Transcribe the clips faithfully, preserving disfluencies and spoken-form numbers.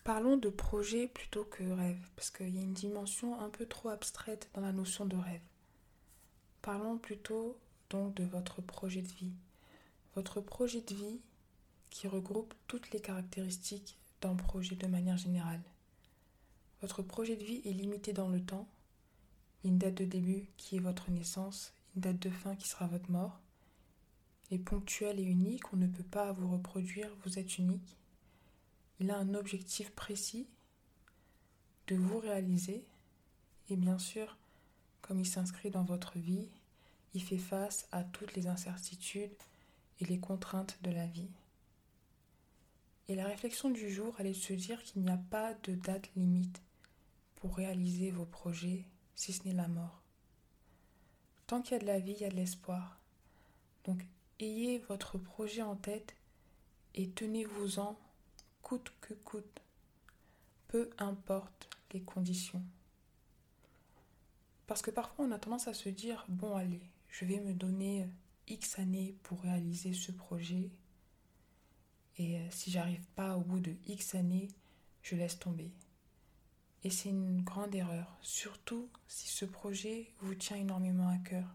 Parlons de projet plutôt que rêve, parce qu'il y a une dimension un peu trop abstraite dans la notion de rêve. Parlons plutôt donc de votre projet de vie. Votre projet de vie qui regroupe toutes les caractéristiques d'un projet de manière générale. Votre projet de vie est limité dans le temps, une date de début qui est votre naissance, une date de fin qui sera votre mort. Il est ponctuel et unique, on ne peut pas vous reproduire, vous êtes unique. Il a un objectif précis de vous réaliser et bien sûr, comme il s'inscrit dans votre vie, il fait face à toutes les incertitudes et les contraintes de la vie. Et la réflexion du jour, elle est de se dire qu'il n'y a pas de date limite pour réaliser vos projets, si ce n'est la mort. Tant qu'il y a de la vie, il y a de l'espoir. Donc, ayez votre projet en tête et tenez-vous-en coûte que coûte, peu importe les conditions. Parce que parfois on a tendance à se dire, bon allez, je vais me donner X années pour réaliser ce projet et si j'arrive pas au bout de X années, je laisse tomber. Et c'est une grande erreur, surtout si ce projet vous tient énormément à cœur.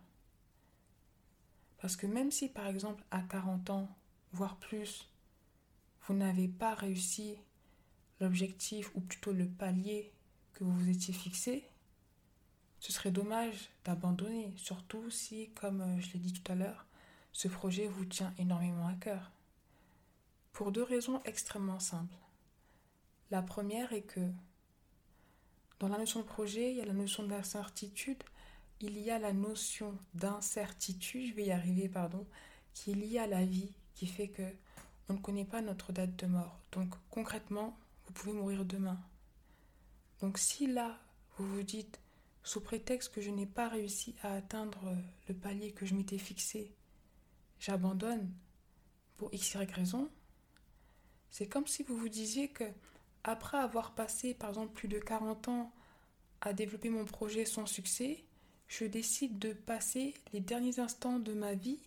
Parce que même si par exemple à quarante ans, voire plus, vous n'avez pas réussi l'objectif ou plutôt le palier que vous vous étiez fixé, ce serait dommage d'abandonner, surtout si, comme je l'ai dit tout à l'heure, ce projet vous tient énormément à cœur. Pour deux raisons extrêmement simples. La première est que dans la notion de projet, il y a la notion d'incertitude, il y a la notion d'incertitude, je vais y arriver, pardon, qui est liée à la vie, qui fait que on ne connaît pas notre date de mort. Donc concrètement, vous pouvez mourir demain. Donc si là, vous vous dites, sous prétexte que je n'ai pas réussi à atteindre le palier que je m'étais fixé, j'abandonne pour X Y raison, c'est comme si vous vous disiez que après avoir passé par exemple plus de quarante ans à développer mon projet sans succès, je décide de passer les derniers instants de ma vie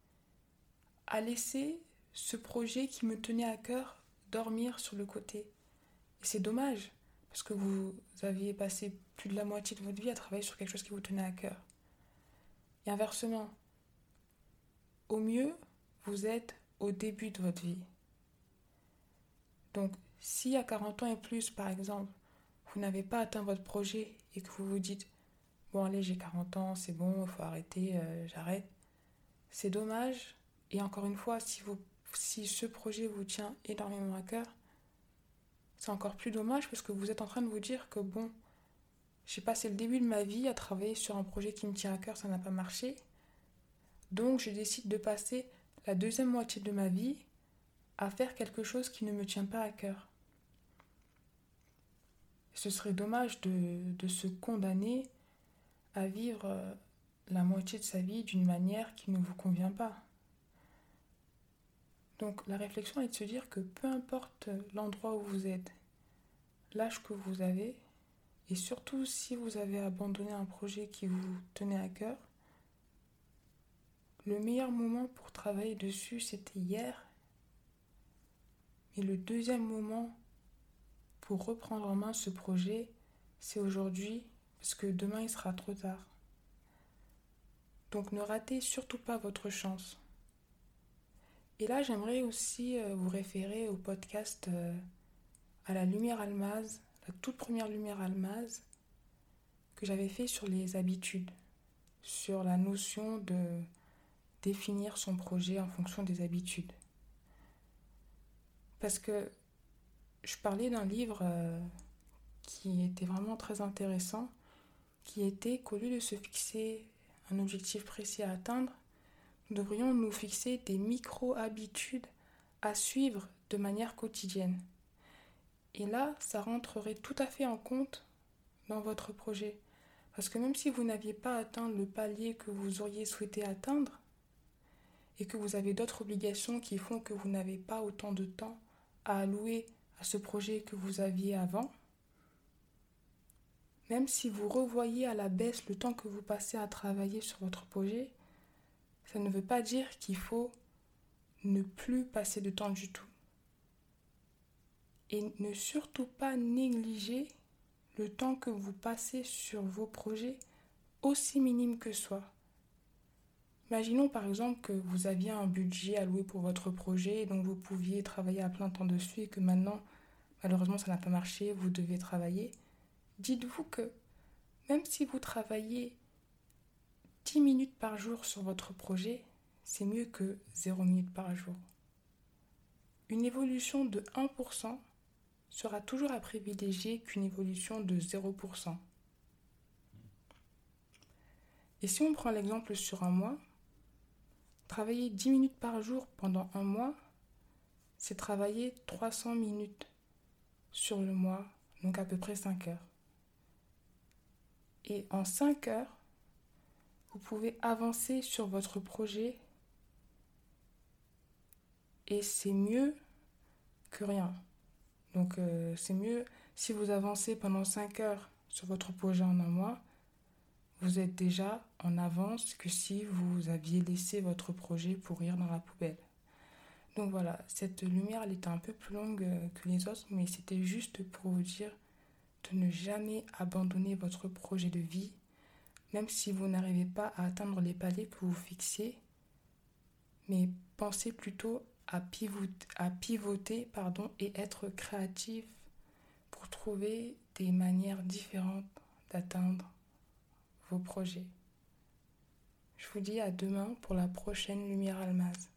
à laisser ce projet qui me tenait à cœur dormir sur le côté. Et c'est dommage, parce que vous aviez passé plus de la moitié de votre vie à travailler sur quelque chose qui vous tenait à cœur. Et inversement, au mieux, vous êtes au début de votre vie. Donc, si à quarante ans et plus, par exemple, vous n'avez pas atteint votre projet et que vous vous dites « Bon, allez, j'ai quarante ans, c'est bon, il faut arrêter, euh, j'arrête », c'est dommage. Et encore une fois, si, vous, si ce projet vous tient énormément à cœur, c'est encore plus dommage parce que vous êtes en train de vous dire que bon, j'ai passé le début de ma vie à travailler sur un projet qui me tient à cœur, ça n'a pas marché. Donc je décide de passer la deuxième moitié de ma vie à faire quelque chose qui ne me tient pas à cœur. Ce serait dommage de, de se condamner à vivre la moitié de sa vie d'une manière qui ne vous convient pas. Donc la réflexion est de se dire que peu importe l'endroit où vous êtes, l'âge que vous avez, et surtout si vous avez abandonné un projet qui vous tenait à cœur, le meilleur moment pour travailler dessus, c'était hier. Et le deuxième moment pour reprendre en main ce projet, c'est aujourd'hui, parce que demain il sera trop tard. Donc ne ratez surtout pas votre chance. Et là, j'aimerais aussi vous référer au podcast à la lumière Almaz, la toute première lumière Almaz, que j'avais fait sur les habitudes, sur la notion de définir son projet en fonction des habitudes. Parce que je parlais d'un livre euh, qui était vraiment très intéressant, qui était qu'au lieu de se fixer un objectif précis à atteindre, nous devrions nous fixer des micro-habitudes à suivre de manière quotidienne. Et là, ça rentrerait tout à fait en compte dans votre projet. Parce que même si vous n'aviez pas atteint le palier que vous auriez souhaité atteindre, et que vous avez d'autres obligations qui font que vous n'avez pas autant de temps à allouer à ce projet que vous aviez avant, même si vous revoyez à la baisse le temps que vous passez à travailler sur votre projet, ça ne veut pas dire qu'il faut ne plus passer de temps du tout. Et ne surtout pas négliger le temps que vous passez sur vos projets, aussi minimes que soient. Imaginons par exemple que vous aviez un budget alloué pour votre projet et donc vous pouviez travailler à plein temps dessus et que maintenant, malheureusement, ça n'a pas marché, vous devez travailler. Dites-vous que même si vous travaillez dix minutes par jour sur votre projet, c'est mieux que zéro minute par jour. Une évolution de un pour cent sera toujours à privilégier qu'une évolution de zéro pour cent. Et si on prend l'exemple sur un mois, travailler dix minutes par jour pendant un mois, c'est travailler trois cents minutes sur le mois, donc à peu près cinq heures. Et en cinq heures, vous pouvez avancer sur votre projet et c'est mieux que rien. Donc euh, c'est mieux si vous avancez pendant cinq heures sur votre projet en un mois, vous êtes déjà en avance que si vous aviez laissé votre projet pourrir dans la poubelle. Donc voilà, cette lumière elle était un peu plus longue que les autres, mais c'était juste pour vous dire de ne jamais abandonner votre projet de vie, même si vous n'arrivez pas à atteindre les paliers que vous fixez, mais pensez plutôt à pivoter, à pivoter pardon, et être créatif pour trouver des manières différentes d'atteindre vos projets. Je vous dis à demain pour la prochaine Lumière Almaz.